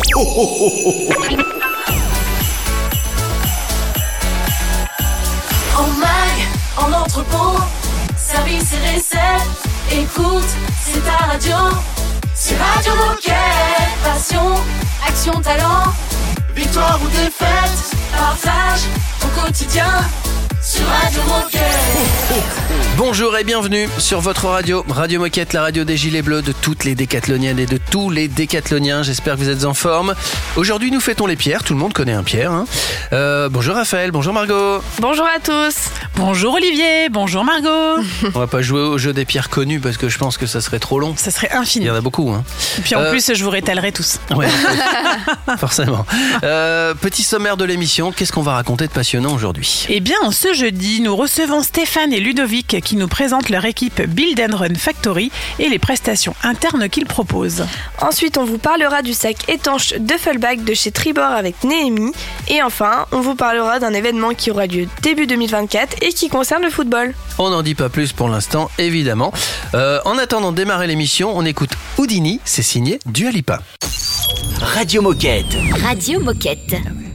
En mag, en entrepôt, service et recettes, écoute, c'est ta radio. C'est Radio Moquette. Passion, action, talent, victoire ou défaite, partage au quotidien sur Radio Moquette. Bonjour et bienvenue sur votre radio, Radio Moquette, la radio des gilets bleus, de toutes les décathloniennes et de tous les décathloniens. J'espère que vous êtes en forme. Aujourd'hui, nous fêtons les pierres. Tout le monde connaît un Pierre. Bonjour Raphaël, bonjour Margot. Bonjour à tous. Bonjour Olivier, bonjour Margot. On va pas jouer au jeu des pierres connues parce que je pense que ça serait trop long. Ça serait infini. Il y en a beaucoup. Et puis en plus, je vous rétalerai tous. Ouais, forcément. Petit sommaire de l'émission. Qu'est-ce qu'on va raconter de passionnant aujourd'hui ? Eh bien, ce jeudi, nous recevons Stéphane et Ludovic qui nous présentent leur équipe Build and Run Factory et les prestations internes qu'ils proposent. Ensuite, on vous parlera du sac étanche Duffelbag de chez Tribord avec Néhémie. Et enfin, on vous parlera d'un événement qui aura lieu début 2024 et qui concerne le football. On n'en dit pas plus pour l'instant, évidemment. En attendant de démarrer l'émission, on écoute Houdini, c'est signé Dua Lipa. Radio Moquette. Radio Moquette.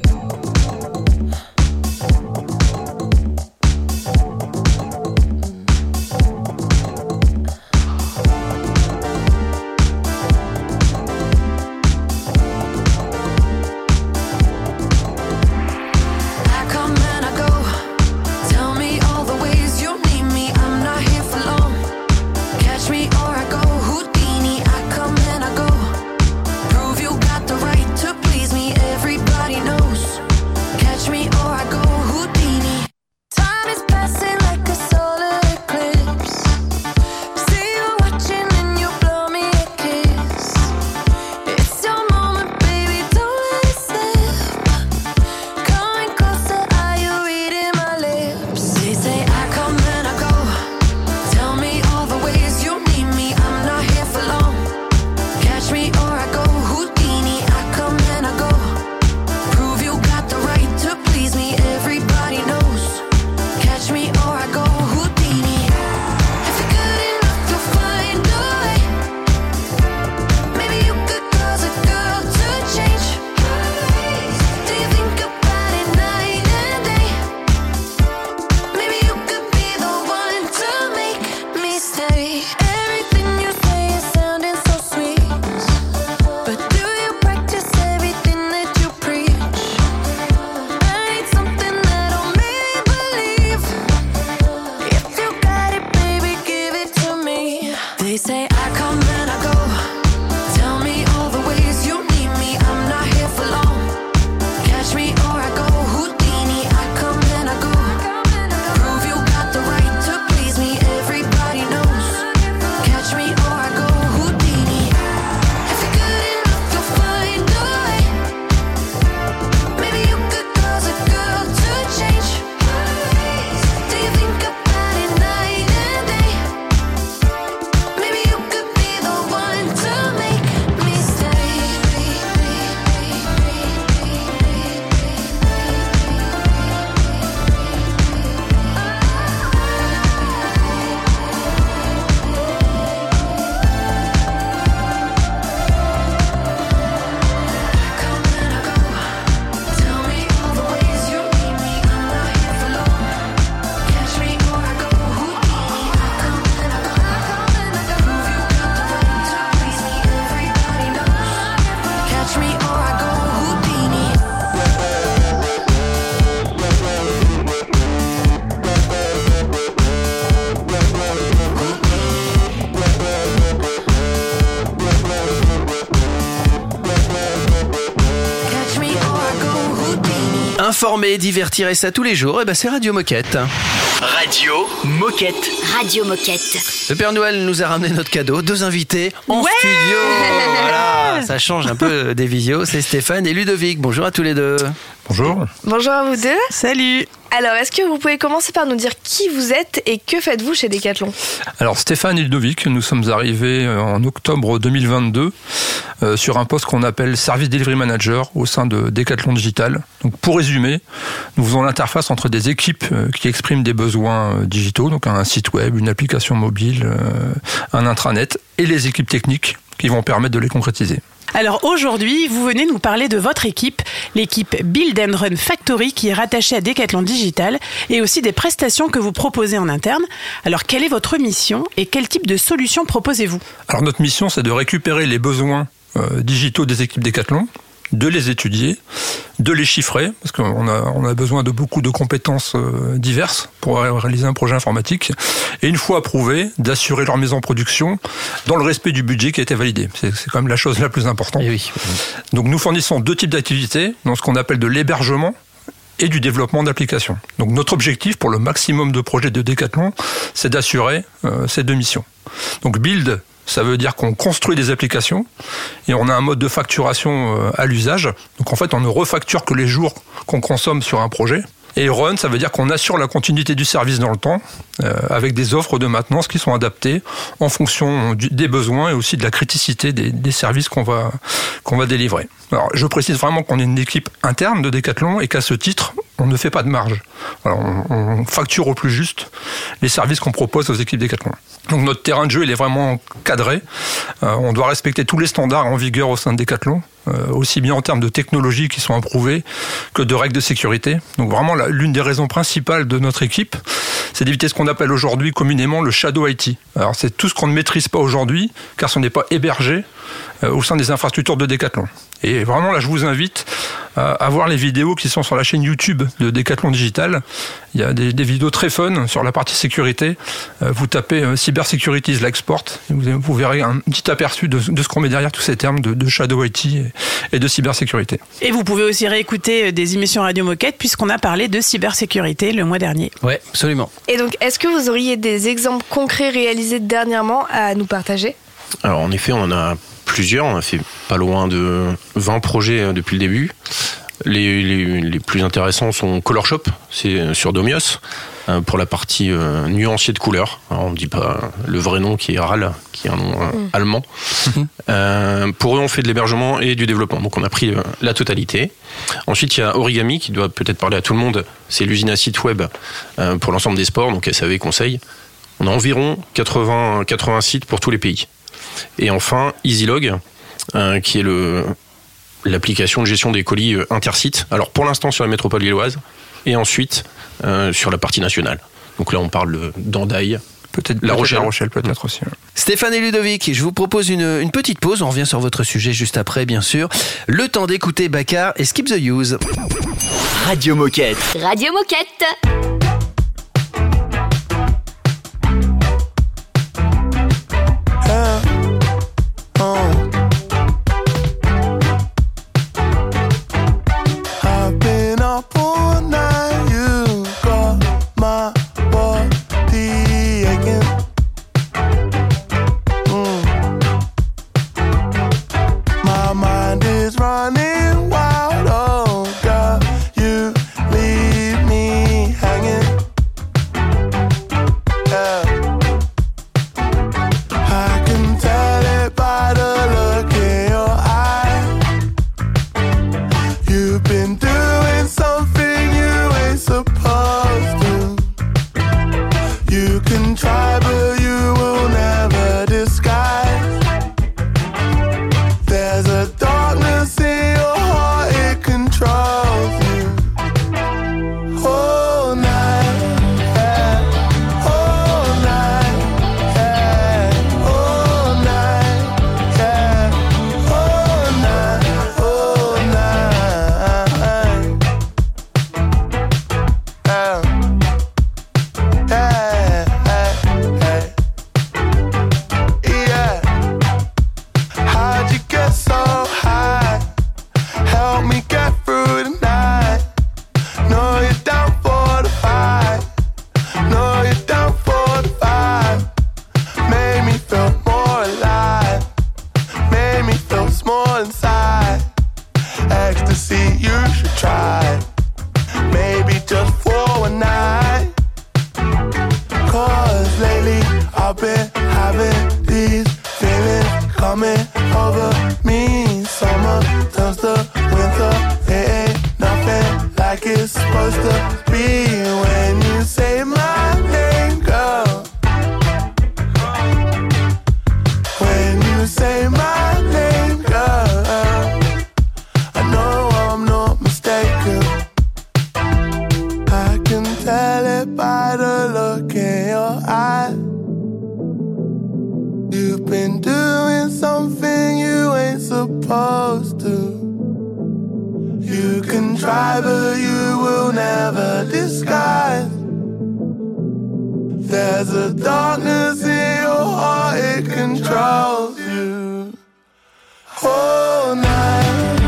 Informer, divertir et ça tous les jours, c'est Radio Moquette. Radio Moquette. Radio Moquette. Le Père Noël nous a ramené notre cadeau, 2 invités en studio. Voilà, ça change un peu des visios. C'est Stéphane et Ludovic. Bonjour à tous les deux. Bonjour. Bonjour à vous deux. Salut. Alors, est-ce que vous pouvez commencer par nous dire qui vous êtes et que faites-vous chez Decathlon ? Alors, Stéphane et Ludovic, nous sommes arrivés en octobre 2022 sur un poste qu'on appelle Service Delivery Manager au sein de Decathlon Digital. Donc, pour résumer, nous faisons l'interface entre des équipes qui expriment des besoins digitaux, donc un site web, une application mobile, un intranet, et les équipes techniques qui vont permettre de les concrétiser. Alors aujourd'hui, vous venez nous parler de votre équipe, l'équipe Build and Run Factory qui est rattachée à Decathlon Digital et aussi des prestations que vous proposez en interne. Alors quelle est votre mission et quel type de solution proposez-vous ? Alors notre mission, c'est de récupérer les besoins digitaux des équipes Decathlon, de les étudier, de les chiffrer, parce qu'on a besoin de beaucoup de compétences diverses pour réaliser un projet informatique, et une fois approuvés, d'assurer leur mise en production dans le respect du budget qui a été validé. C'est quand même la chose la plus importante. Et oui. Donc nous fournissons 2 types d'activités, dans ce qu'on appelle de l'hébergement et du développement d'applications. Donc notre objectif pour le maximum de projets de Decathlon, c'est d'assurer ces 2 missions. Donc Build, ça veut dire qu'on construit des applications et on a un mode de facturation à l'usage. Donc en fait, on ne refacture que les jours qu'on consomme sur un projet. Et Run, ça veut dire qu'on assure la continuité du service dans le temps avec des offres de maintenance qui sont adaptées en fonction des besoins et aussi de la criticité des services qu'on va délivrer. Alors, je précise vraiment qu'on est une équipe interne de Decathlon et qu'à ce titre, on ne fait pas de marge. Alors, on facture au plus juste les services qu'on propose aux équipes Decathlon. Donc notre terrain de jeu, il est vraiment cadré. On doit respecter tous les standards en vigueur au sein de Decathlon, aussi bien en termes de technologies qui sont approuvées que de règles de sécurité. Donc vraiment, l'une des raisons principales de notre équipe, c'est d'éviter ce qu'on appelle aujourd'hui communément le shadow IT. Alors c'est tout ce qu'on ne maîtrise pas aujourd'hui, car ce n'est pas hébergé au sein des infrastructures de Decathlon. Et vraiment là, je vous invite à voir les vidéos qui sont sur la chaîne YouTube de Decathlon Digital. Il y a des vidéos très fun sur la partie sécurité. Vous tapez Cyber Securities Like Sport, et vous verrez un petit aperçu de ce qu'on met derrière tous ces termes de shadow IT et de cybersécurité. Et vous pouvez aussi réécouter des émissions Radio Moquette puisqu'on a parlé de cybersécurité le mois dernier. Ouais, absolument. Et donc, est-ce que vous auriez des exemples concrets réalisés dernièrement à nous partager ? Alors en effet, on en a plusieurs. On a fait pas loin de 20 projets depuis le début. Les plus intéressants sont Color Shop, c'est sur Domios, pour la partie nuancier de couleurs. Alors, on ne dit pas le vrai nom qui est RAL, qui est un nom allemand. Pour eux, on fait de l'hébergement et du développement. Donc on a pris la totalité. Ensuite, il y a Origami, qui doit peut-être parler à tout le monde. C'est l'usine à site web pour l'ensemble des sports, donc SAV Conseil. On a environ 80 sites pour tous les pays. Et enfin, EasyLog, qui est l'application de gestion des colis intersites. Alors pour l'instant sur la métropole lilloise et ensuite sur la partie nationale. Donc là on parle d'Andaille, peut-être La Rochelle peut-être aussi. Stéphane et Ludovic, je vous propose une petite pause. On revient sur votre sujet juste après, bien sûr. Le temps d'écouter Baccar et Skip the Use. Radio Moquette. Radio Moquette. When you say my name, girl. supposed to. You can try, but you will never disguise. There's a darkness in your heart, it controls you. All night.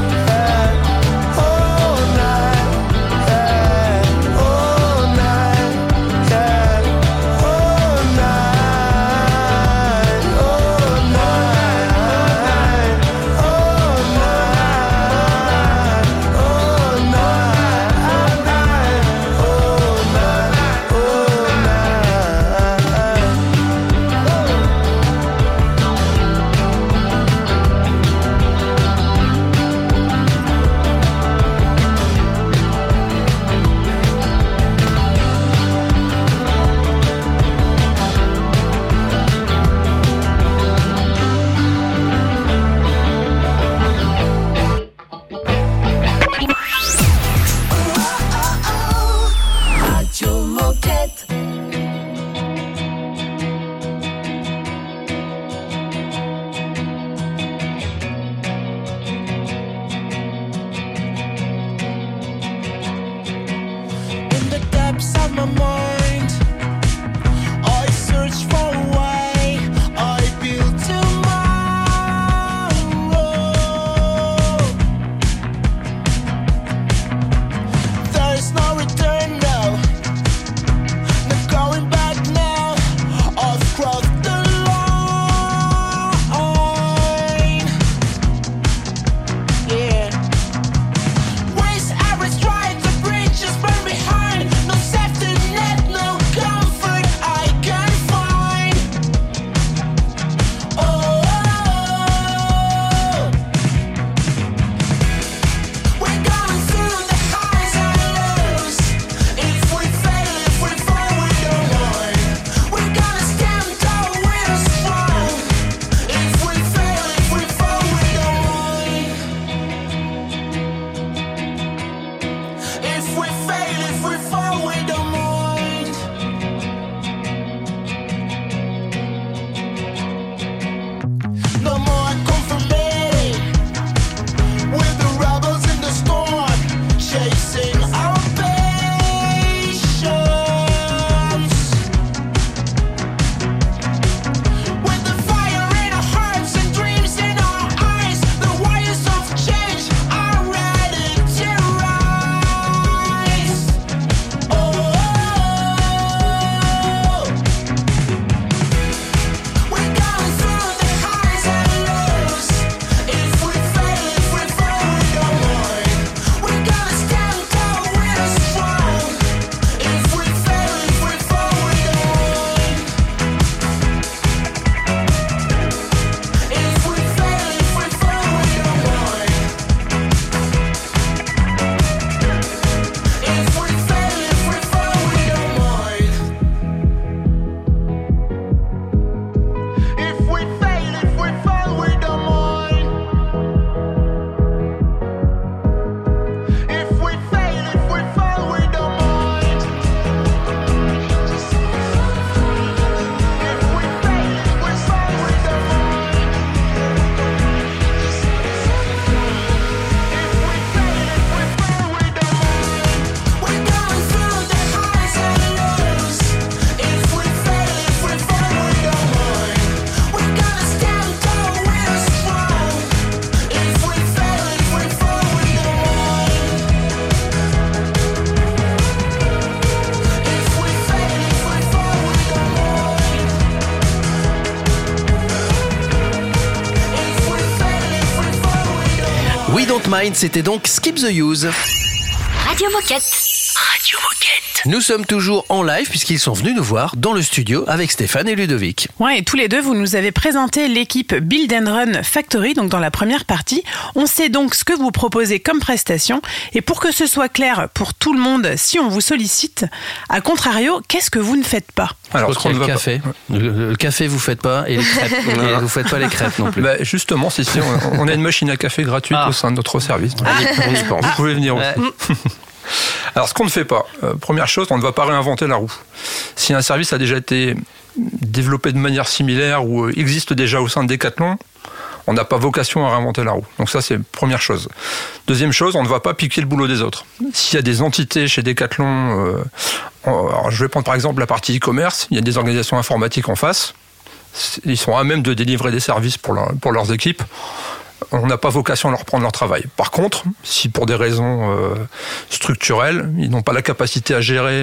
Mind, c'était donc Skip the Use. Radio Moquette. Radio Moquette. Nous sommes toujours en live puisqu'ils sont venus nous voir dans le studio avec Stéphane et Ludovic. Ouais, et tous les deux, vous nous avez présenté l'équipe Build and Run Factory, donc dans la première partie. On sait donc ce que vous proposez comme prestation. Et pour que ce soit clair pour tout le monde, si on vous sollicite, à contrario, qu'est-ce que vous ne faites pas ? Alors, je crois qu'il y a le café. Le café, vous faites pas, et les crêpes. Vous faites pas les crêpes non plus. Bah, justement, si, on a une machine à café gratuite au sein de notre service. Vous pouvez venir aussi. Alors, ce qu'on ne fait pas, première chose, on ne va pas réinventer la roue. Si un service a déjà été développé de manière similaire ou existe déjà au sein de Decathlon, On n'a pas vocation à réinventer la roue. Donc ça, c'est première chose. Deuxième chose, on ne va pas piquer le boulot des autres. S'il y a des entités chez Decathlon, alors je vais prendre par exemple la partie e-commerce, il y a des organisations informatiques en face, ils sont à même de délivrer des services pour leurs équipes. On n'a pas vocation à leur prendre leur travail. Par contre, si pour des raisons structurelles, ils n'ont pas la capacité à gérer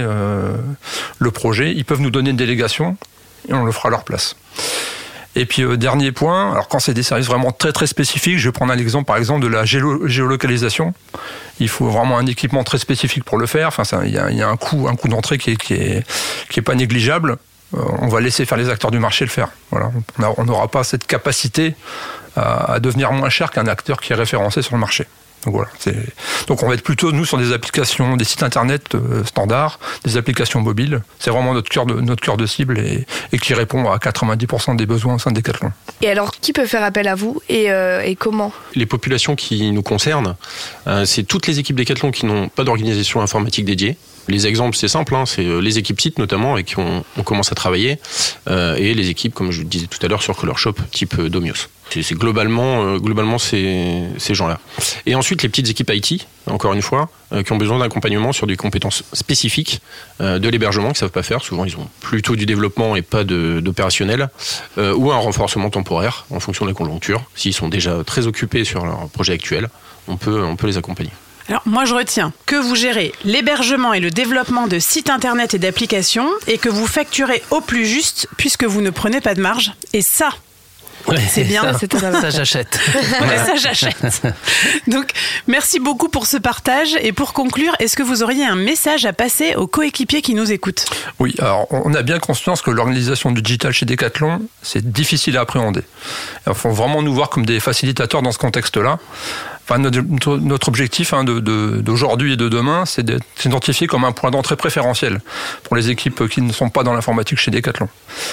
le projet, ils peuvent nous donner une délégation et on le fera à leur place. Et puis dernier point, alors quand c'est des services vraiment très très spécifiques, je vais prendre un exemple par exemple de la géolocalisation. Il faut vraiment un équipement très spécifique pour le faire. Enfin, il y a un coût d'entrée qui est pas négligeable. On va laisser faire les acteurs du marché le faire. Voilà, on n'aura pas cette capacité à devenir moins cher qu'un acteur qui est référencé sur le marché. Donc voilà. Donc on va être plutôt nous sur des applications, des sites internet standards, des applications mobiles. C'est vraiment notre cœur de cible et qui répond à 90% des besoins au sein de Decathlon. Et alors, qui peut faire appel à vous et comment ? Les populations qui nous concernent, c'est toutes les équipes Decathlon qui n'ont pas d'organisation informatique dédiée. Les exemples, c'est simple, c'est les équipes sites notamment avec qui on commence à travailler et les équipes, comme je le disais tout à l'heure, sur Color Shop type Domios. C'est globalement ces gens-là. Et ensuite, les petites équipes IT, encore une fois, qui ont besoin d'accompagnement sur des compétences spécifiques de l'hébergement, qu'ils ne savent pas faire. Souvent, ils ont plutôt du développement et pas d'opérationnel, ou un renforcement temporaire en fonction de la conjoncture. S'ils sont déjà très occupés sur leur projet actuel, on peut les accompagner. Alors moi je retiens que vous gérez l'hébergement et le développement de sites internet et d'applications et que vous facturez au plus juste puisque vous ne prenez pas de marge. Et ça, ouais, c'est bien. Ça j'achète. Ouais, ça j'achète. Donc merci beaucoup pour ce partage. Et pour conclure, est-ce que vous auriez un message à passer aux coéquipiers qui nous écoutent ? Oui, alors on a bien conscience que l'organisation du digital chez Decathlon, c'est difficile à appréhender. Il faut vraiment nous voir comme des facilitateurs dans ce contexte-là. Enfin, notre objectif d'aujourd'hui et de demain, c'est d'être identifié comme un point d'entrée préférentiel pour les équipes qui ne sont pas dans l'informatique chez Decathlon.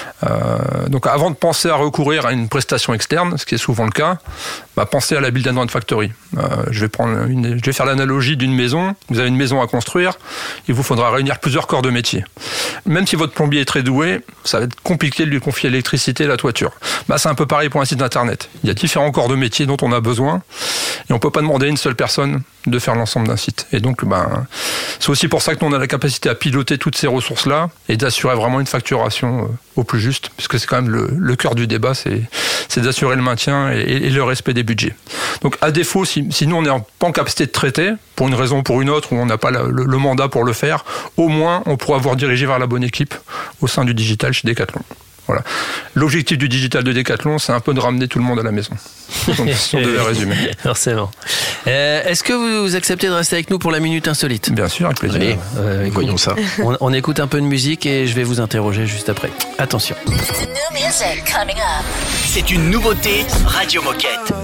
Donc avant de penser à recourir à une prestation externe, ce qui est souvent le cas, pensez à la Build and Run Factory. Je vais faire l'analogie d'une maison. Vous avez une maison à construire, il vous faudra réunir plusieurs corps de métier. Même si votre plombier est très doué, ça va être compliqué de lui confier l'électricité et la toiture. C'est un peu pareil pour un site internet. Il y a différents corps de métier dont on a besoin et on peut pas demander à une seule personne de faire l'ensemble d'un site. Et donc, c'est aussi pour ça que nous, on a la capacité à piloter toutes ces ressources-là et d'assurer vraiment une facturation au plus juste, puisque c'est quand même le cœur du débat, c'est d'assurer le maintien et le respect des budgets. Donc, à défaut, si nous, on n'est pas en capacité de traiter, pour une raison ou pour une autre, où on n'a pas le mandat pour le faire, au moins, on pourra vous rediriger vers la bonne équipe au sein du digital chez Decathlon. Voilà. L'objectif du digital de Decathlon, c'est un peu de ramener tout le monde à la maison. Donc, si on devait résumer. Forcément. Est-ce que vous acceptez de rester avec nous pour la Minute Insolite ? Bien sûr, avec plaisir. Allez, voyons ça. On écoute un peu de musique et je vais vous interroger juste après. Attention. C'est une nouveauté Radio Moquette.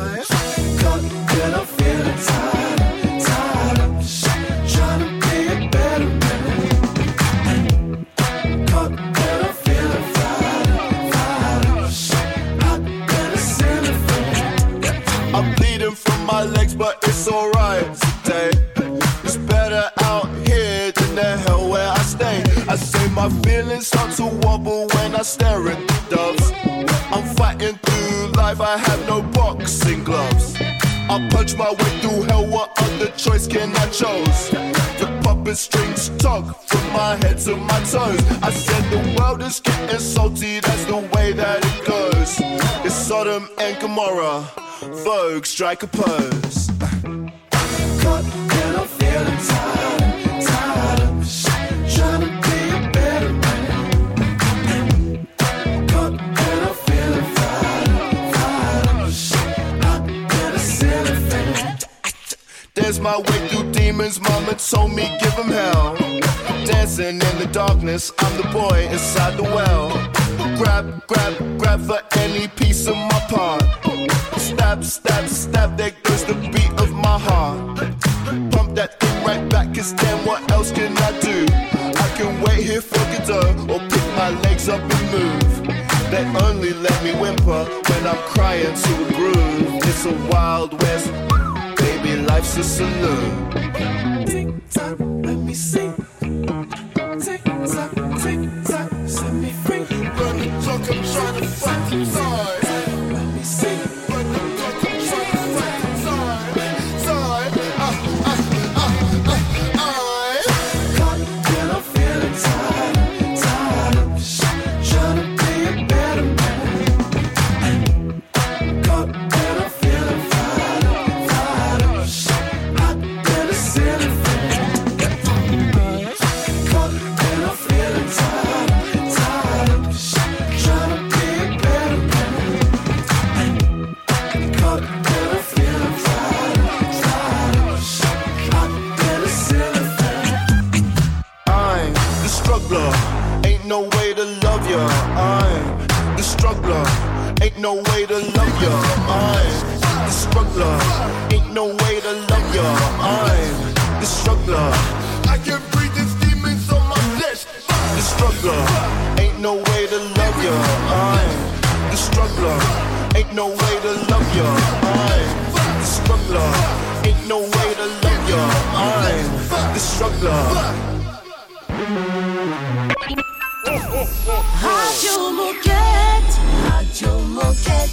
My legs, but it's alright today. It's better out here than the hell where I stay. I say my feelings start to wobble when I stare at the doves. I'm fighting through life, I have no boxing gloves. I punch my way through hell, what other choice can I choose? The puppet strings tug from my head to my toes. I said the world is getting salty, that's the way that it goes. It's Sodom and Gomorrah. Vogue, strike a pose. Caught and I'm feeling tired of trying to be a better man. Caught and I'm feeling fired up in a silly thing. There's my way through demons, mama told me give them hell. Dancing in the darkness, I'm the boy inside the well. Grab for any piece of my part. Stab, stab, stab, there goes the beat of my heart. Pump that thing right back, cause then what else can I do? I can wait here for Godot, or pick my legs up and move. They only let me whimper when I'm crying to a groove. It's a wild west, baby, life's a saloon. Tick tock, let me sing. Tick tock, set me free. Run the clock, I'm trying to fight the time. Let me sing. no way to love ya. I'm the struggler. Ain't no way to love ya. I'm the struggler. I can breathe these demons on my flesh. The struggler. Ain't no way to love ya. I'm the struggler. Ain't no way to love ya. I'm the struggler. Ain't no way to love ya. I'm the struggler. Radio Moquette. Radio Moquette.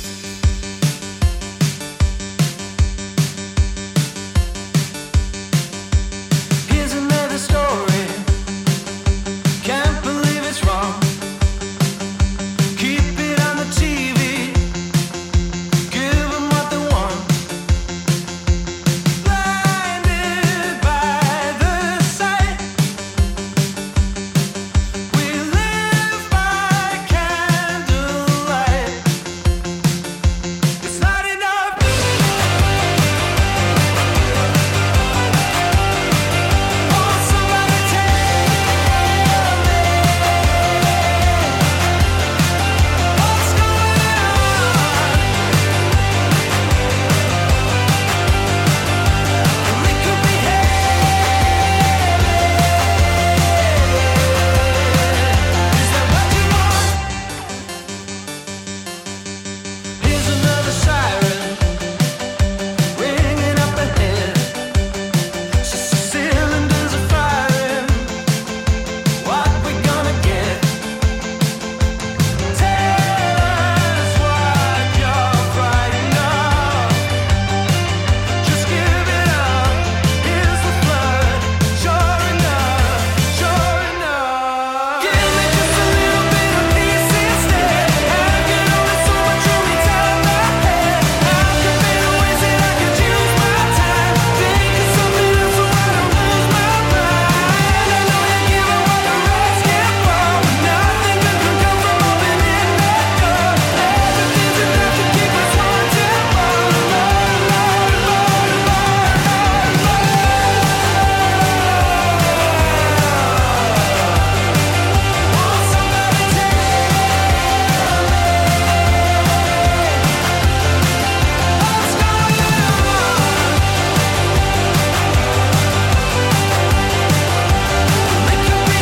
Here's another story. Can't believe it's wrong. Keep it on the TV. Give them what they want. Blinded by the sight. We live by candlelight. It's not enough. Oh, somebody tell me what's going on. It could be heavy. Is that what you want? Here's another siren ringing up ahead. Cylinders are firing. What we gonna get? Tell us what you're frightened of. Just give it up. Here's the flood. Sure enough, sure enough. Give me just a little bit of peace instead. I can only so much room inside my head. How could be the ways that I could use my time? Think of something else so I don't lose my mind. I know you're giving what the rest get from. Nothing good can come from opening that door. Everything's enough to keep us wanting more. Oh, somebody tell me what's going on. It could be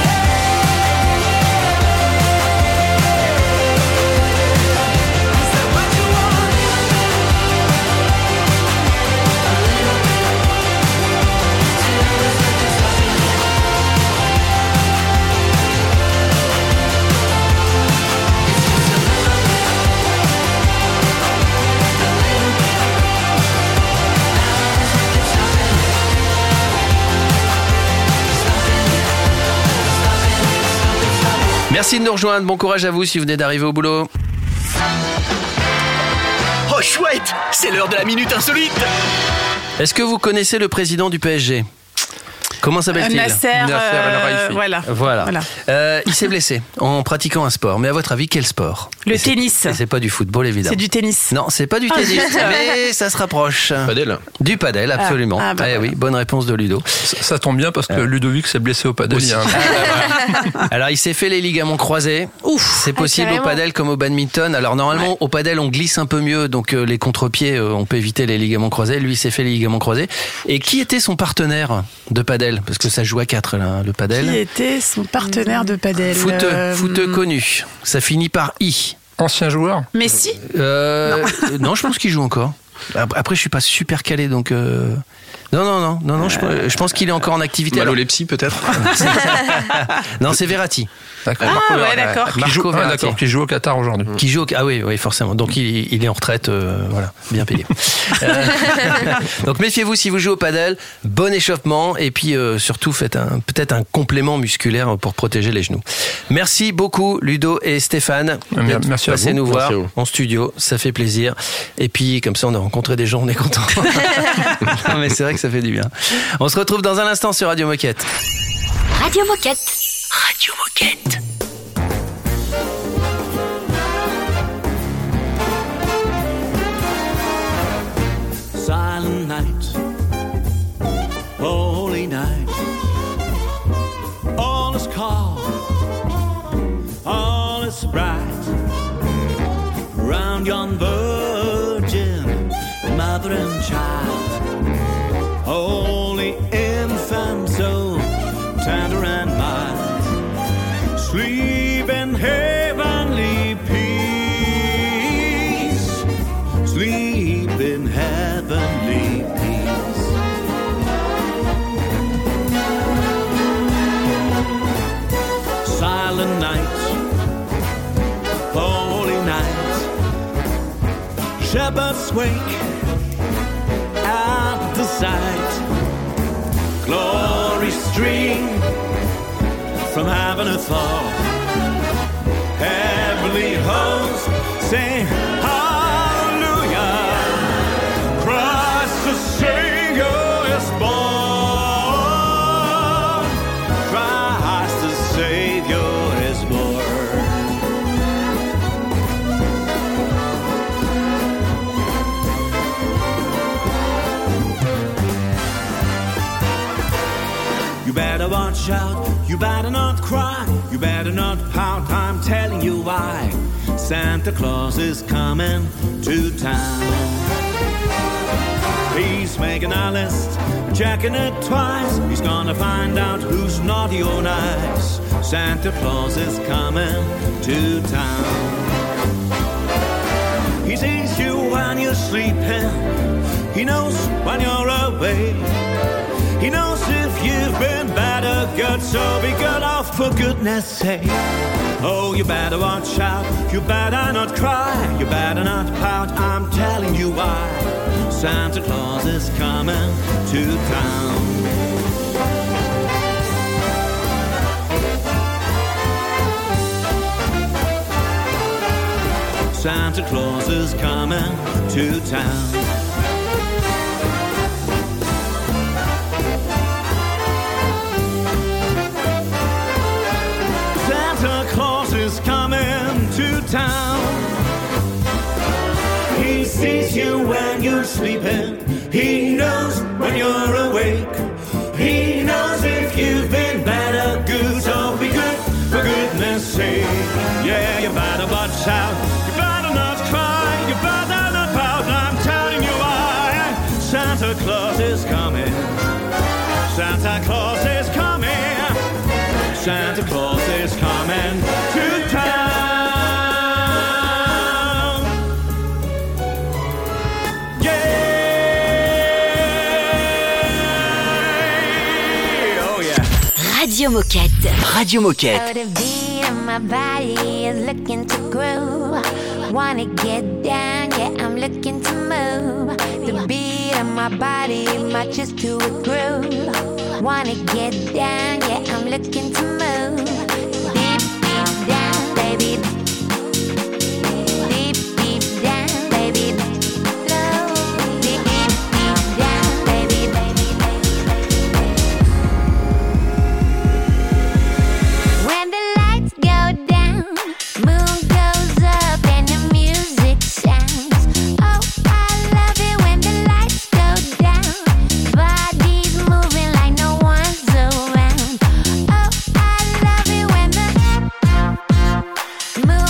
Is that what you want? Merci de nous rejoindre. Bon courage à vous si vous venez d'arriver au boulot. Oh chouette, c'est l'heure de la minute insolite. Est-ce que vous connaissez le président du PSG ? Comment s'appelle-t-il ? Nasser, El Khelaifi. voilà. Il s'est blessé en pratiquant un sport. Mais à votre avis, quel sport ? Le tennis. Et c'est pas du football, évidemment. C'est du tennis. Non, c'est pas du tennis, mais ça se rapproche. Padel. Du padel, absolument. Ah, bah Eh voilà. oui, bonne réponse de Ludo. Ça tombe bien parce que Ludovic s'est blessé au padel. Il y a un- Alors, il s'est fait les ligaments croisés. C'est possible au carrément. padel comme au badminton. Alors, normalement, au padel, on glisse un peu mieux, donc les contre-pieds, on peut éviter les ligaments croisés. Lui, il s'est fait les ligaments croisés. Et qui était son partenaire de padel ? Parce que ça joue à 4, là, le padel. Qui était son partenaire de padel Footeux connu. Ça finit par I. Ancien joueur. Messi. Non, je pense qu'il joue encore. Après, je suis pas super calé, donc. Non, je pense qu'il est encore en activité. Alors- Malolepsie peut-être. Non, c'est Verratti. D'accord. Ah ouais, d'accord. Qui joue, Marco Verratti. d'accord, qui joue au Qatar aujourd'hui. Qui joue ah oui, forcément. Donc il est en retraite, voilà, bien payé. Donc méfiez-vous si vous jouez au padel, bon échauffement et puis surtout faites peut-être un complément musculaire pour protéger les genoux. Merci beaucoup Ludo et Stéphane. Merci à Passez vous. nous voir Merci à vous. en studio, ça fait plaisir. Et puis comme ça on a rencontré des gens, on est content. Non, mais c'est vrai que ça fait du bien. On se retrouve dans un instant sur Radio Moquette. Radio Moquette. Radio Moquette. Silent night, holy night, all is calm, all is bright, round found yon virgin, mother and child, holy infant, so tender and mild, sleep in heavenly peace, sleep in heavenly peace. Silent night, holy night, shepherds wake at the sight, glory stream from heaven afar, heavenly hosts sing hallelujah, Christ the Savior is born, Christ the Savior is born. You better watch out, you better not cry, you better not pout, I'm telling you why. Santa Claus is coming to town. He's making a list, checking it twice. He's gonna find out who's naughty or nice. Santa Claus is coming to town. He sees you when you're sleeping, he knows when you're awake, he knows if you've been bad or good, so be good off for goodness sake. Oh, you better watch out, you better not cry, you better not pout, I'm telling you why. Santa Claus is coming to town. Santa Claus is coming to town. Santa Claus is coming to town. He sees you when you're sleeping, he knows when you're awake, he knows if you've been bad or good, so be good for goodness sake. Yeah, you better watch out, you better not cry, you better not pout, I'm telling you why. Santa Claus is coming, Santa Claus is coming, Santa Claus is coming to town. Yeah! Oh yeah! Radio Moquette. Radio Moquette. Oh, the beat of my body is looking to groove. Wanna get down, yeah, I'm looking to move. The beat of my body matches to a groove. Wanna get down, yeah, I'm looking to move. Deep, deep down, baby. Deep, deep down, baby. Low. Deep, deep, deep down, baby, baby, baby, baby. When the lights go down, moon goes up and the music sounds. Oh, I love it when the lights go down. Bodies moving like no one's around. Oh, I love it when the moon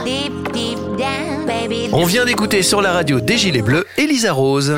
deep, deep down, baby. On vient d'écouter sur la radio des Gilets Bleus, Elisa Rose.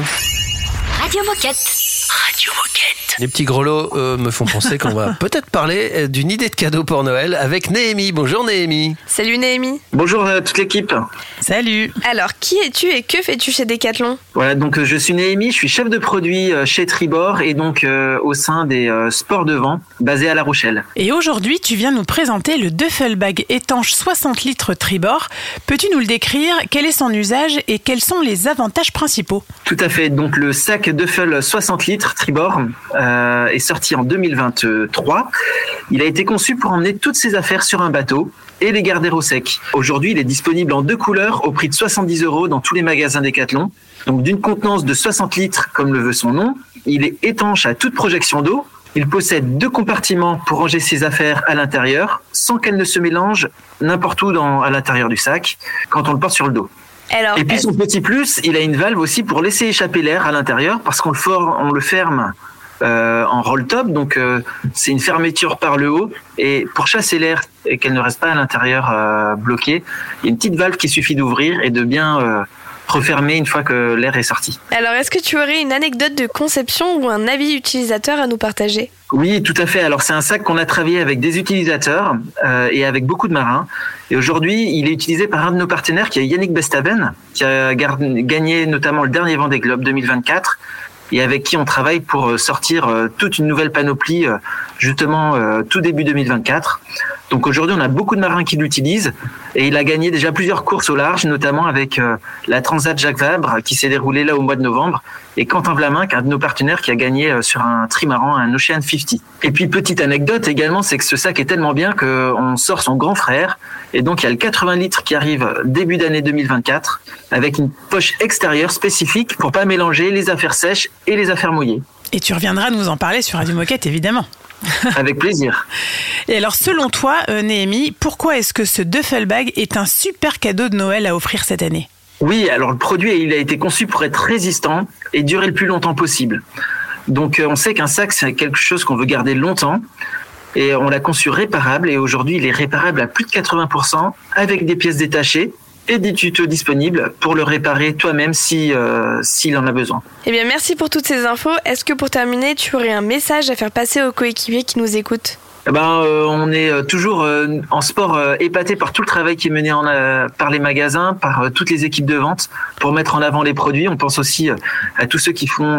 Radio Moquette. Radio Moquette. Les petits grelots me font penser qu'on va peut-être parler d'une idée de cadeau pour Noël avec Néhémie. Bonjour Néhémie. Salut Néhémie. Bonjour à toute l'équipe. Salut. Alors, qui es-tu et que fais-tu chez Decathlon ? Voilà, donc je suis Néhémie, je suis chef de produit chez Tribord et donc au sein des sports de vent basés à La Rochelle. Et aujourd'hui, tu viens nous présenter le duffel bag étanche 60 litres Tribord. Peux-tu nous le décrire ? Quel est son usage et quels sont les avantages principaux ? Tout à fait, donc le sac duffel 60 litres Tribord est sorti en 2023. Il a été conçu pour emmener toutes ses affaires sur un bateau et les garder au sec. Aujourd'hui, il est disponible en 2 couleurs au prix de 70 € dans tous les magasins Decathlon. Donc d'une contenance de 60 litres, comme le veut son nom, il est étanche à toute projection d'eau. Il possède 2 compartiments pour ranger ses affaires à l'intérieur, sans qu'elles ne se mélangent n'importe où à l'intérieur du sac, quand on le porte sur le dos. Alors, et puis son petit plus, il a une valve aussi pour laisser échapper l'air à l'intérieur, parce qu'on le ferme en roll-top, donc c'est une fermeture par le haut, et pour chasser l'air et qu'elle ne reste pas à l'intérieur bloquée, il y a une petite valve qu'il suffit d'ouvrir et de bien refermer une fois que l'air est sorti. Alors, est-ce que tu aurais une anecdote de conception ou un avis utilisateur à nous partager ? Oui, tout à fait. Alors, c'est un sac qu'on a travaillé avec des utilisateurs et avec beaucoup de marins. Et aujourd'hui, il est utilisé par un de nos partenaires, qui est Yannick Bestaven, qui a gagné notamment le dernier Vendée Globe 2024, et avec qui on travaille pour sortir toute une nouvelle panoplie, justement tout début 2024. Donc aujourd'hui, on a beaucoup de marins qui l'utilisent, et il a gagné déjà plusieurs courses au large, notamment avec la Transat Jacques Vabre, qui s'est déroulée là au mois de novembre, et Quentin Vlamin, qui est un de nos partenaires, qui a gagné sur un trimaran, un Ocean 50. Et puis, petite anecdote également, c'est que ce sac est tellement bien qu'on sort son grand frère, et donc il y a le 80 litres qui arrive début d'année 2024, avec une poche extérieure spécifique pour pas mélanger les affaires sèches et les affaires mouillées. Et tu reviendras nous en parler sur Radio Moquette, évidemment. Avec plaisir. Et alors, selon toi, Néhémie, pourquoi est-ce que ce duffel bag est un super cadeau de Noël à offrir cette année ? Oui, alors le produit, il a été conçu pour être résistant et durer le plus longtemps possible. Donc, on sait qu'un sac, c'est quelque chose qu'on veut garder longtemps. Et on l'a conçu réparable, et aujourd'hui, il est réparable à plus de 80% avec des pièces détachées et des tutos disponibles pour le réparer toi-même s'il en a besoin. Eh bien, merci pour toutes ces infos. Est-ce que pour terminer, tu aurais un message à faire passer aux coéquipiers qui nous écoutent ? On est toujours en sport épaté par tout le travail qui est mené par les magasins, par toutes les équipes de vente pour mettre en avant les produits. On pense aussi à tous ceux qui font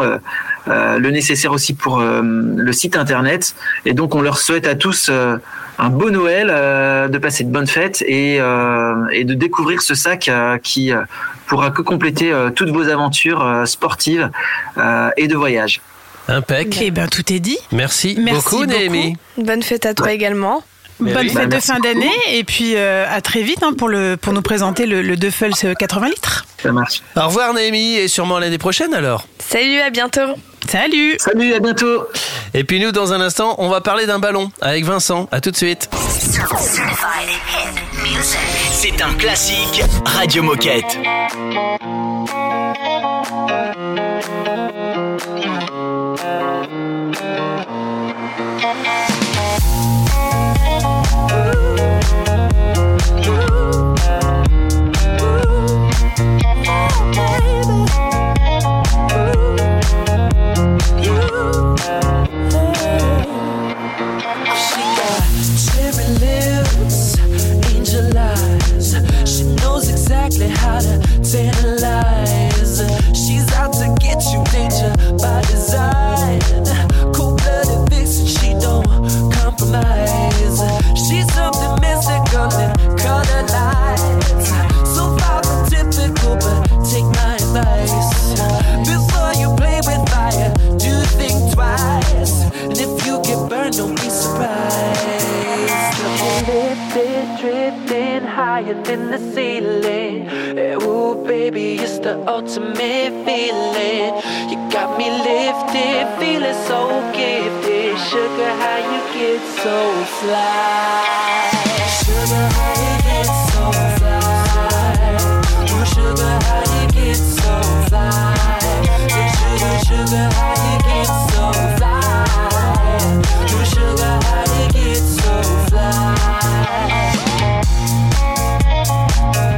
le nécessaire aussi pour le site internet. Et donc on leur souhaite à tous un beau Noël, de passer de bonnes fêtes et de découvrir ce sac qui pourra que compléter toutes vos aventures sportives et de voyage. Impec. Eh bien, tout est dit. Merci beaucoup, Néhémie. Bonne fête à toi également. Bonne fête de fin d'année, et puis à très vite pour nous présenter le duffel 80 litres. Ça marche. Au revoir Néhémie, et sûrement l'année prochaine alors. Salut, à bientôt. Salut. Salut, à bientôt. Et puis nous, dans un instant, on va parler d'un ballon avec Vincent. À tout de suite. C'est un classique Radio Moquette. How to tantalize. She's out to get you, danger by design. Cold-blooded vixen, she don't compromise. She's something mystical and color lights. So far from typical, but take my advice. Before you play with fire, do think twice. And if you get burned, don't be surprised. Lifted, drifting higher than the ceiling. Ooh, baby, it's the ultimate feeling. You got me lifted, feeling so gifted. Sugar, how you get so fly? Sugar, how you get so fly? Ooh, sugar, how you get so fly? Sugar, how you get so fly? Ooh, sugar, how you get so fly?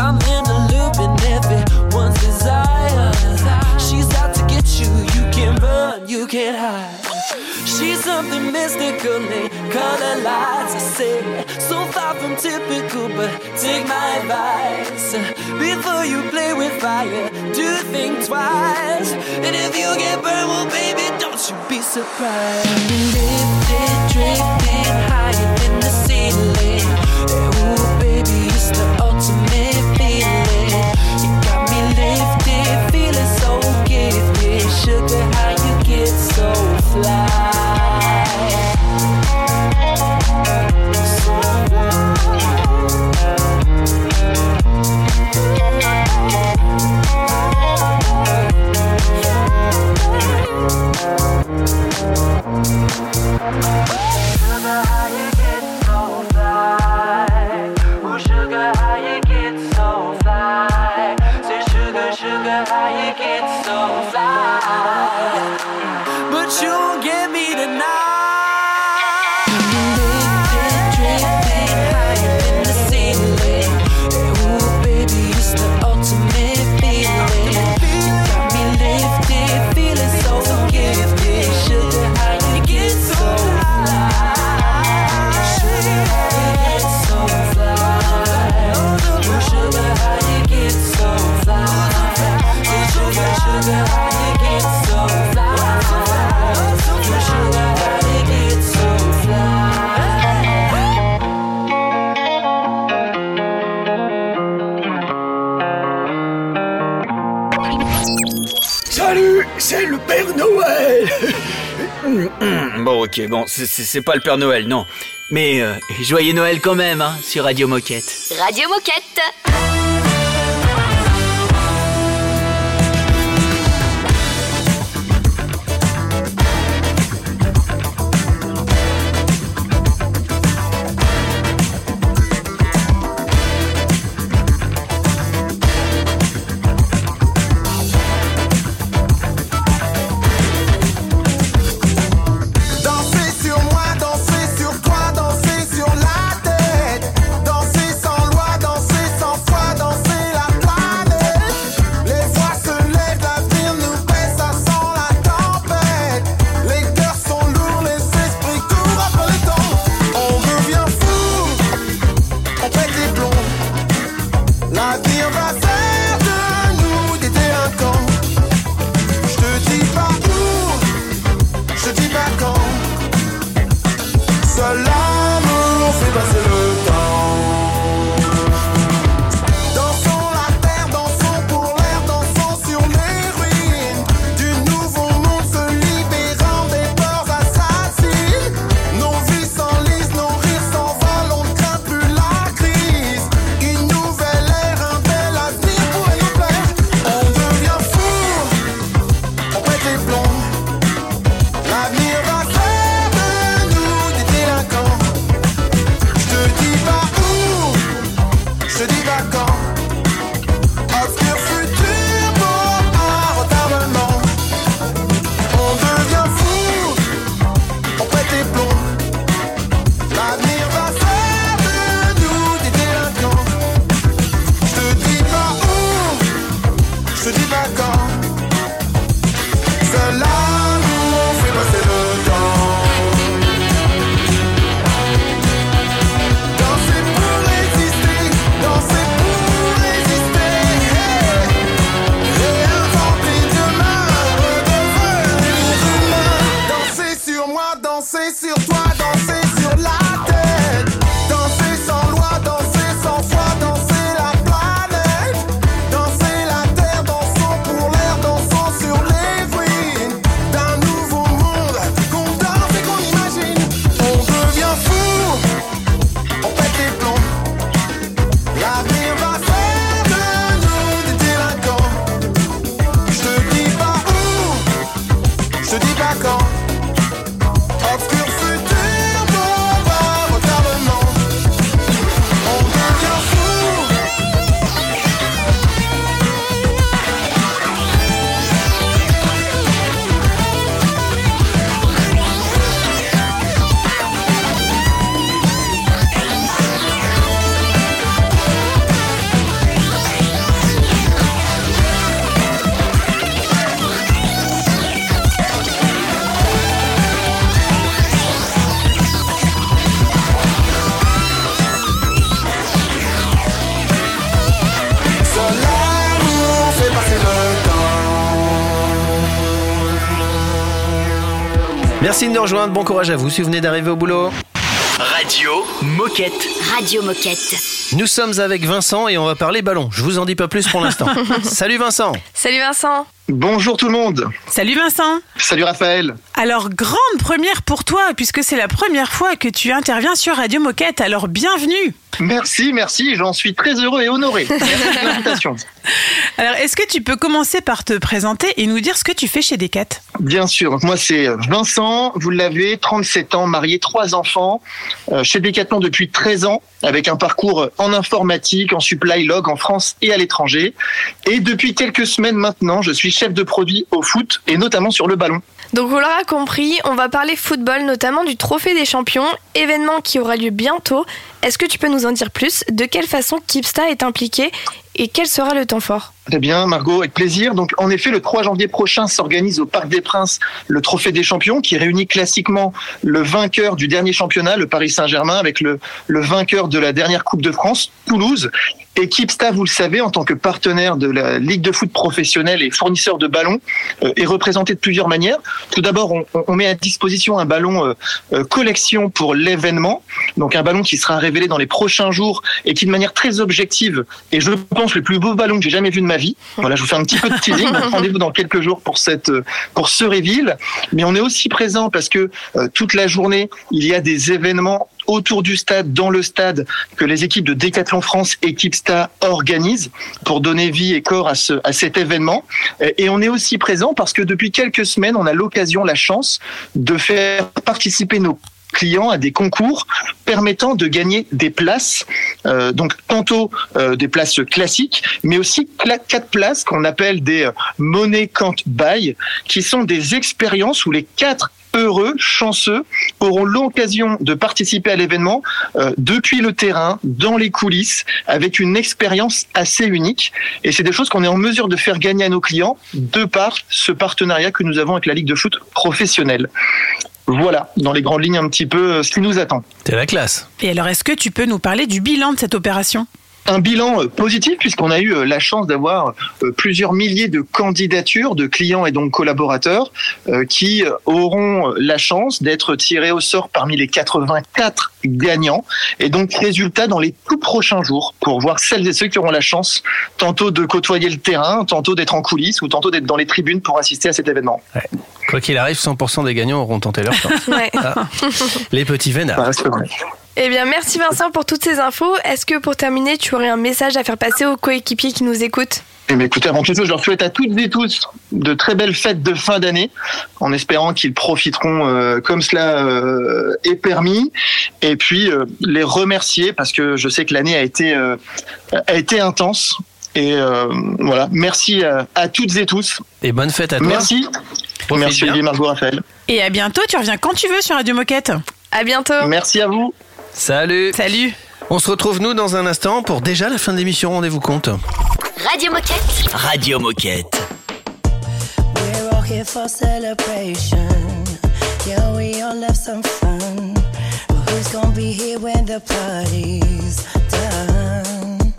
I'm in a loop in everyone's desire. She's out to get you, you can't run, you can't hide. She's something mystical, they color lights, I say. So far from typical, but take my advice. Before you play with fire, do think twice. And if you get burned, well baby, don't you be surprised. Lifted, drifting higher than the ceiling. Ooh baby, it's the ultimate feeling. You got me lifted, feeling so gifted. Sugar, how you get so fly. But you won't get me tonight. Lifted, drifting higher than the ceiling. Ooh, baby, it's the ultimate feeling. You got me lifted, feeling so gifted. Sugar, how you get so fly? Sugar, how you get so fly? Ooh, sugar, how you get so fly? Sugar, sugar, how you get so fly? Salut, c'est le Père Noël. Bon, ok, bon, c'est pas le Père Noël, non. Mais joyeux Noël quand même, hein, sur Radio Moquette. Radio Moquette. Danser sur moi, danser sur toi, danser sur la tête. Danser sans loi, danser sans foi, danser la planète. Les voix se lèvent, l'avenir nous baisse, ça sent la tempête. Les cœurs sont lourds, les esprits courent après le temps. On devient fou, on pète les plombs. L'avenir va faire de nous des délinquants. Je te dis pas où, je te dis pas quand. Seul l'amour fait passer le temps. Dansons la terre, dansons pour l'air, dansons sur les ruines du nouveau monde, se libérant des peurs assassines. Nos vies s'enlisent, nos rires s'envolent, on ne craint plus la crise. Une nouvelle ère, un bel avenir pourrait nous plaire. On devient fou, on pète les plombs. L'avenir va faire de nous des délinquants. Je te Merci de nous rejoindre, bon courage à vous si vous venez d'arriver au boulot. Radio Moquette. Radio Moquette. Nous sommes avec Vincent et on va parler ballon. Je vous en dis pas plus pour l'instant. Salut Vincent. Salut Vincent. Bonjour tout le monde. Salut Vincent. Salut Raphaël. Alors, grande première pour toi, puisque c'est la première fois que tu interviens sur Radio Moquette, alors bienvenue. Merci, j'en suis très heureux et honoré. Merci de l'invitation. Alors, est-ce que tu peux commencer par te présenter et nous dire ce que tu fais chez Decat ? Bien sûr, donc moi c'est Vincent, vous l'avez, 37 ans, marié, 3 enfants, chez Decathlon depuis 13 ans, avec un parcours en informatique, en supply log en France et à l'étranger. Et depuis quelques semaines maintenant, je suis chef de produit au foot et notamment sur le ballon. Donc on l'aura compris, on va parler football, notamment du Trophée des Champions, événement qui aura lieu bientôt. Est-ce que tu peux nous en dire plus ? De quelle façon Keepsta est impliqué et quel sera le temps fort ? Très bien, Margot, avec plaisir. Donc, en effet, le 3 janvier prochain s'organise au Parc des Princes le Trophée des Champions, qui réunit classiquement le vainqueur du dernier championnat, le Paris Saint-Germain, avec le vainqueur de la dernière Coupe de France, Toulouse. Et Keepsta, vous le savez, en tant que partenaire de la Ligue de foot professionnelle et fournisseur de ballons, est représenté de plusieurs manières. Tout d'abord, on met à disposition un ballon collection pour l'événement, donc un ballon qui sera révélé dans les prochains jours et qui, de manière très objective, est, je pense, le plus beau ballon que j'ai jamais vu de ma vie. Voilà, je vous fais un petit peu de teasing. Donc, rendez-vous dans quelques jours pour ce reveal. Mais on est aussi présent parce que toute la journée, il y a des événements autour du stade, dans le stade, que les équipes de Decathlon France et Keepsta organisent pour donner vie et corps à cet événement. Et on est aussi présent parce que depuis quelques semaines, on a l'occasion, la chance de faire participer nos clients à des concours permettant de gagner des places, donc tantôt des places classiques, mais aussi 4 places qu'on appelle des Money Can't Buy, qui sont des expériences où les 4 heureux, chanceux, auront l'occasion de participer à l'événement depuis le terrain, dans les coulisses, avec une expérience assez unique. Et c'est des choses qu'on est en mesure de faire gagner à nos clients de par ce partenariat que nous avons avec la Ligue de foot professionnelle. Voilà, dans les grandes lignes, un petit peu ce qui nous attend. C'est la classe. Et alors, est-ce que tu peux nous parler du bilan de cette opération ? Un bilan positif puisqu'on a eu la chance d'avoir plusieurs milliers de candidatures de clients et donc collaborateurs qui auront la chance d'être tirés au sort parmi les 84 gagnants et donc résultat dans les tout prochains jours pour voir celles et ceux qui auront la chance tantôt de côtoyer le terrain, tantôt d'être en coulisses ou tantôt d'être dans les tribunes pour assister à cet événement. Ouais. Quoi qu'il arrive, 100% des gagnants auront tenté leur chance. Ouais. Ah, les petits vénards. Eh bien, merci Vincent pour toutes ces infos. Est-ce que pour terminer, tu aurais un message à faire passer aux coéquipiers qui nous écoutent ? Eh bien, écoutez, avant toute chose, je leur souhaite à toutes et tous de très belles fêtes de fin d'année, en espérant qu'ils profiteront comme cela est permis. Et puis, les remercier, parce que je sais que l'année a été intense. Et voilà, merci à toutes et tous. Et bonne fête à toi. Merci. Merci Olivier, Margot, Raphaël. Et à bientôt, tu reviens quand tu veux sur Radio Moquette. À bientôt. Merci à vous. Salut. Salut. On se retrouve nous dans un instant pour déjà la fin de l'émission. Rendez-vous compte. Radio Moquette. Radio Moquette. We're all here for celebration. Yeah, we all have some fun. But who's gonna be here when the party's done?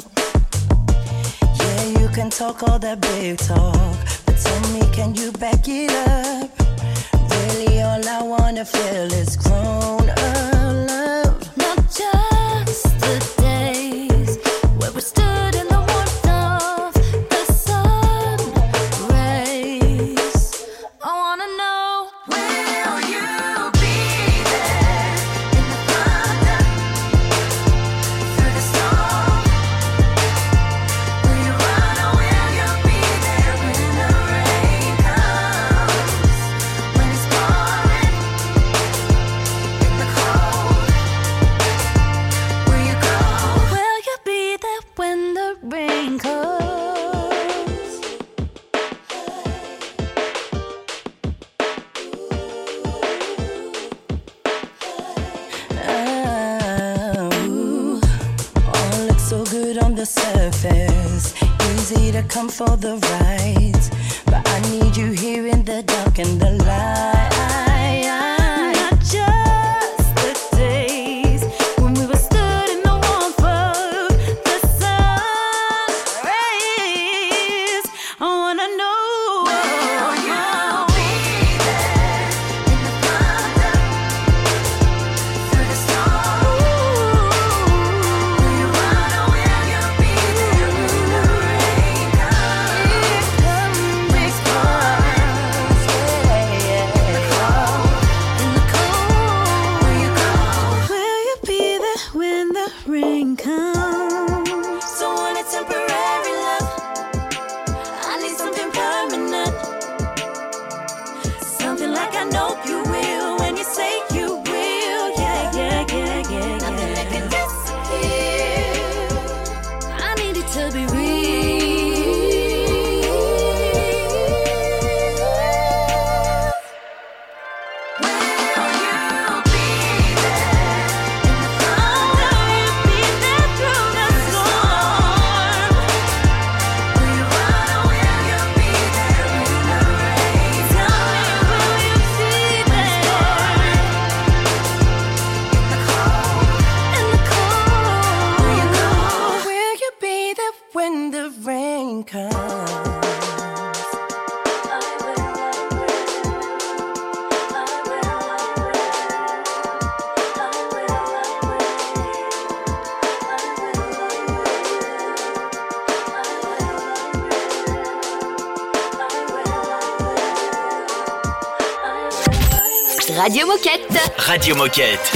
Yeah, you can talk all that big talk, but tell me, can you back it up? Really, all I wanna feel is grown up love. Not just the days where we stood in the warmth of the sun rays. I wanna know, will you be there in the thunder, through the storm? Will you run or will you be there when the rain comes? When it's pouring in the cold, will you go? Will you be there when the rain comes? All looks so good on the surface, easy to come for the ride, but I need you here in the dark and the light. Not just the days when we were stood in the warmth of the sun rays. I wanna know, will you be there in the thunder? rain comes. Radio Moquette. Radio Moquette.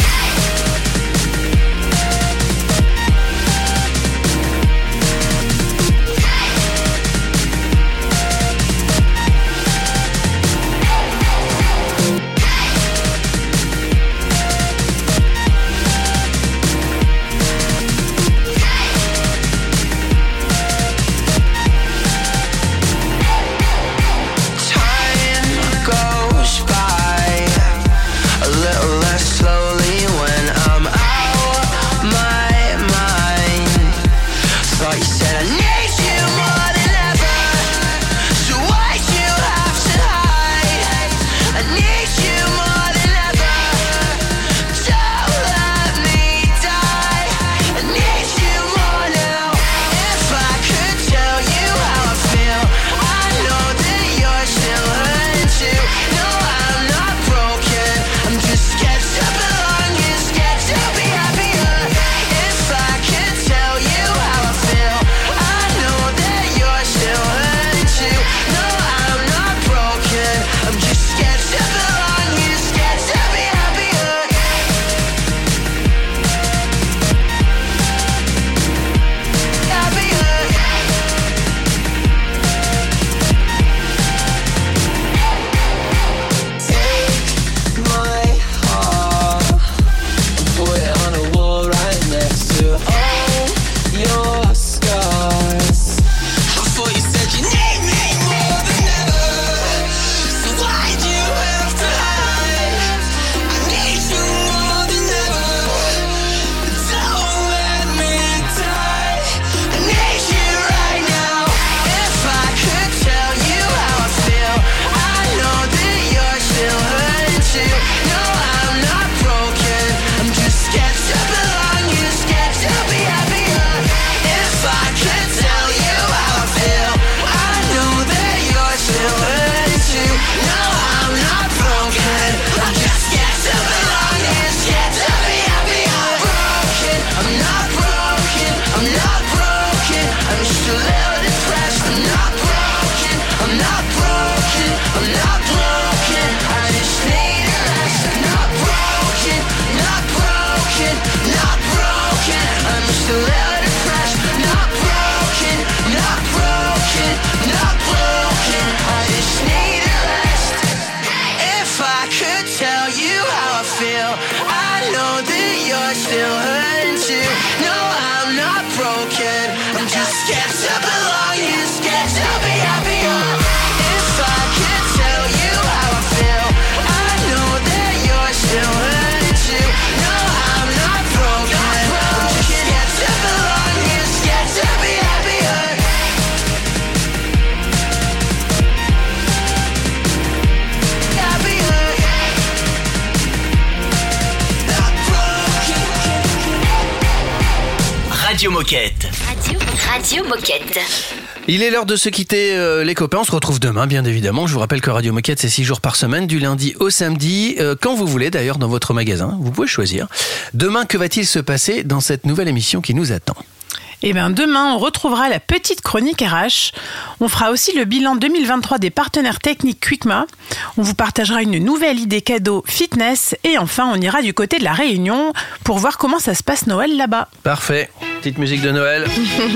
Radio Moquette. Radio Moquette. Il est l'heure de se quitter, les copains. On se retrouve demain, bien évidemment. Je vous rappelle que Radio Moquette, c'est 6 jours par semaine, du lundi au samedi, quand vous voulez d'ailleurs, dans votre magasin. Vous pouvez choisir. Demain, que va-t-il se passer dans cette nouvelle émission qui nous attend ? Eh bien, demain, on retrouvera la petite chronique RH. On fera aussi le bilan 2023 des partenaires techniques Quickma. On vous partagera une nouvelle idée cadeau fitness. Et enfin, on ira du côté de la Réunion pour voir comment ça se passe Noël là-bas. Parfait. Petite musique de Noël.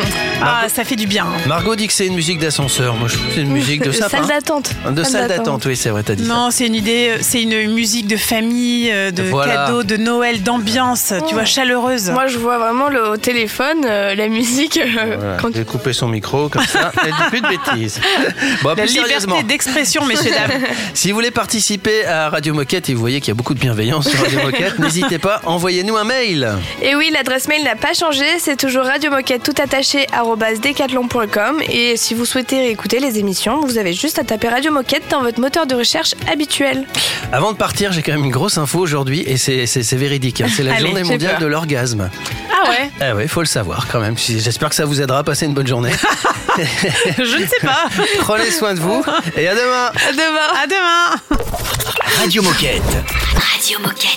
Ah, ça fait du bien. Margot dit que c'est une musique d'ascenseur. Moi, je trouve que c'est une musique de sapin. Salle d'attente. De salle d'attente, oui, c'est vrai, t'as dit ça. Non, c'est une idée, c'est une musique de famille, de cadeaux, de Noël, d'ambiance, tu vois, chaleureuse. Moi, je vois vraiment au téléphone la musique. Voilà. J'ai coupé son micro, comme ça, elle dit plus de bêtises. Bon, la liberté d'expression, messieurs, dames. Si vous voulez participer à Radio Moquette et vous voyez qu'il y a beaucoup de bienveillance sur Radio Moquette, n'hésitez pas, envoyez-nous un mail. Et oui, l'adresse mail n'a pas changé, c'est toujours Radio Moquette tout attaché @decathlon.com et si vous souhaitez réécouter les émissions, vous avez juste à taper Radio Moquette dans votre moteur de recherche habituel. Avant de partir, j'ai quand même une grosse info aujourd'hui et c'est véridique. C'est la Allez, journée j'ai mondiale peur. de l'orgasme. Ah ouais? Ah ouais, faut le savoir quand même. J'espère que ça vous aidera à passer une bonne journée. Je ne sais pas. Prenez soin de vous et à demain. À demain. À demain. Radio Moquette. Radio Moquette.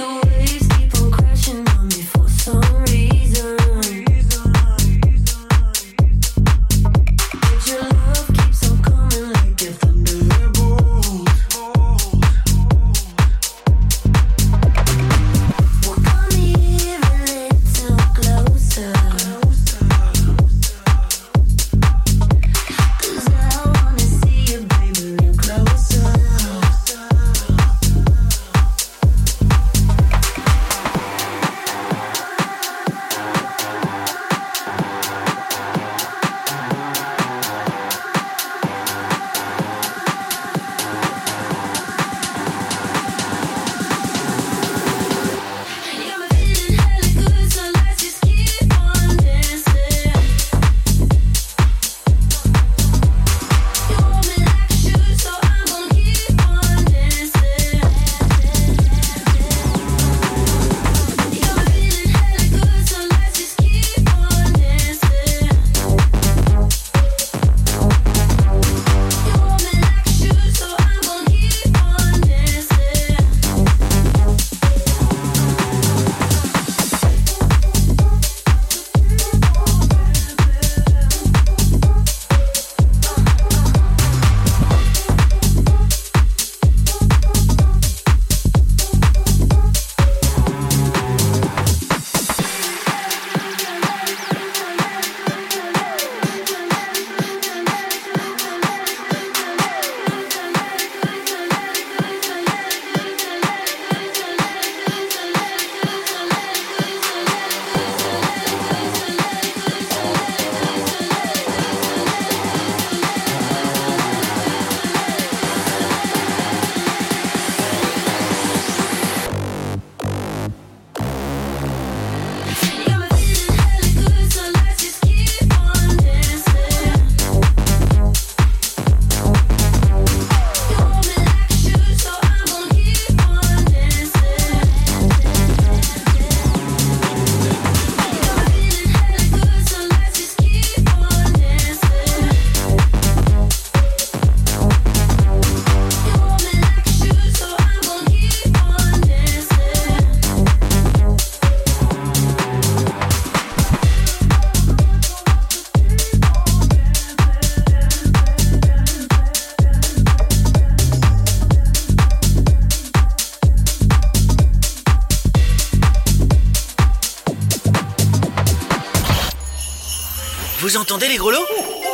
Vous entendez les grelots?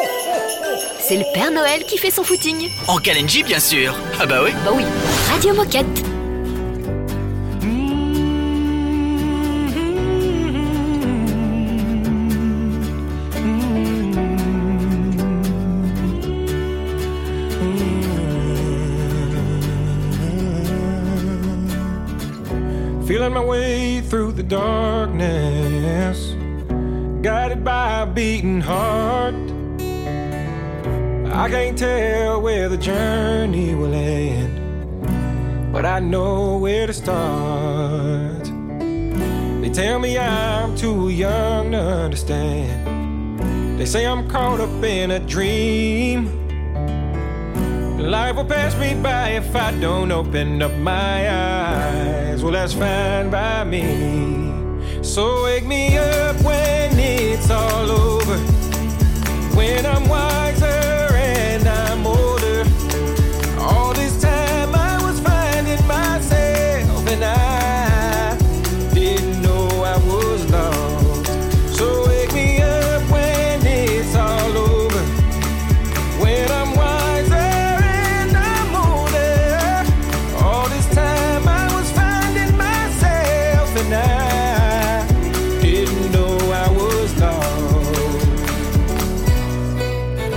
C'est le Père Noël qui fait son footing. En Kalenji, bien sûr. Ah bah oui. Bah oui. Radio Moquette. Feeling my way through the darkness, guided by a beating heart. I can't tell where the journey will end, but I know where to start. They tell me I'm too young to understand. They say I'm caught up in a dream. Life will pass me by if I don't open up my eyes. Well, that's fine by me. So wake me up when it's all over, when I'm wiser and I'm older. All this time I was finding myself and I didn't know I was lost. So wake me up when it's all over, when I'm wiser and I'm older. All this time I was finding myself and I didn't know I was lost.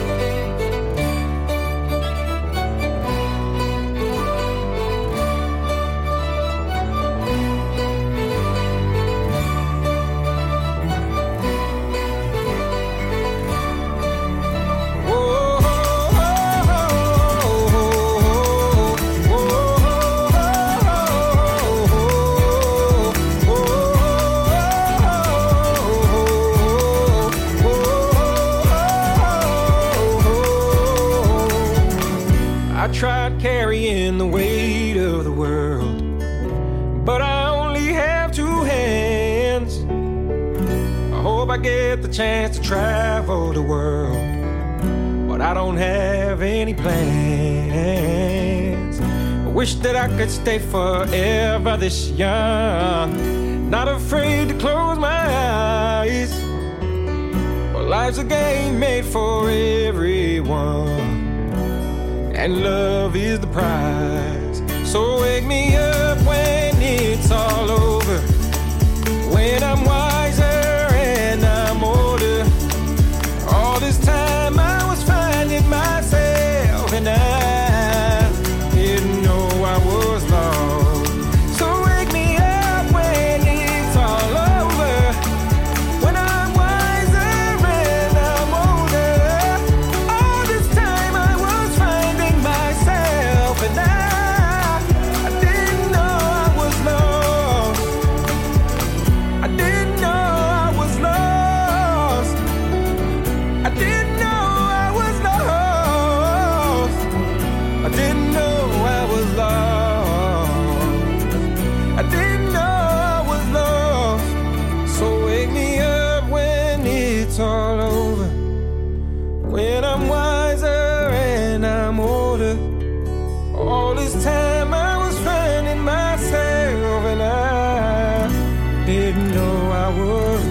tried carrying the weight of the world, but I only have two hands. I hope I get the chance to travel the world, but I don't have any plans. I wish that I could stay forever this young, not afraid to close my eyes. Well, life's a game made for everyone, and love is the prize. So wake me up when it's all over, when I'm wiser and I'm older. All this time I was finding myself, and I didn't know I was lost. So wake me up when it's all over, when I'm wiser and I'm older. All this time I was finding myself, and I didn't know I was lost. I didn't know I was lost. I didn't know I was lost. I didn't know I was lost. I didn't know I was lost. So wake me up when it's all over, when I'm wiser and I'm older. All this time I was finding myself, and I didn't know I was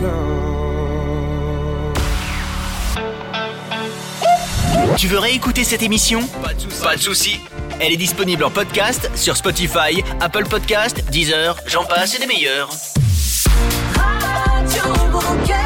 lost. Tu veux réécouter cette émission ? Pas de souci. Elle est disponible en podcast sur Spotify, Apple Podcast, Deezer, j'en passe et des meilleurs. Radio Moquette.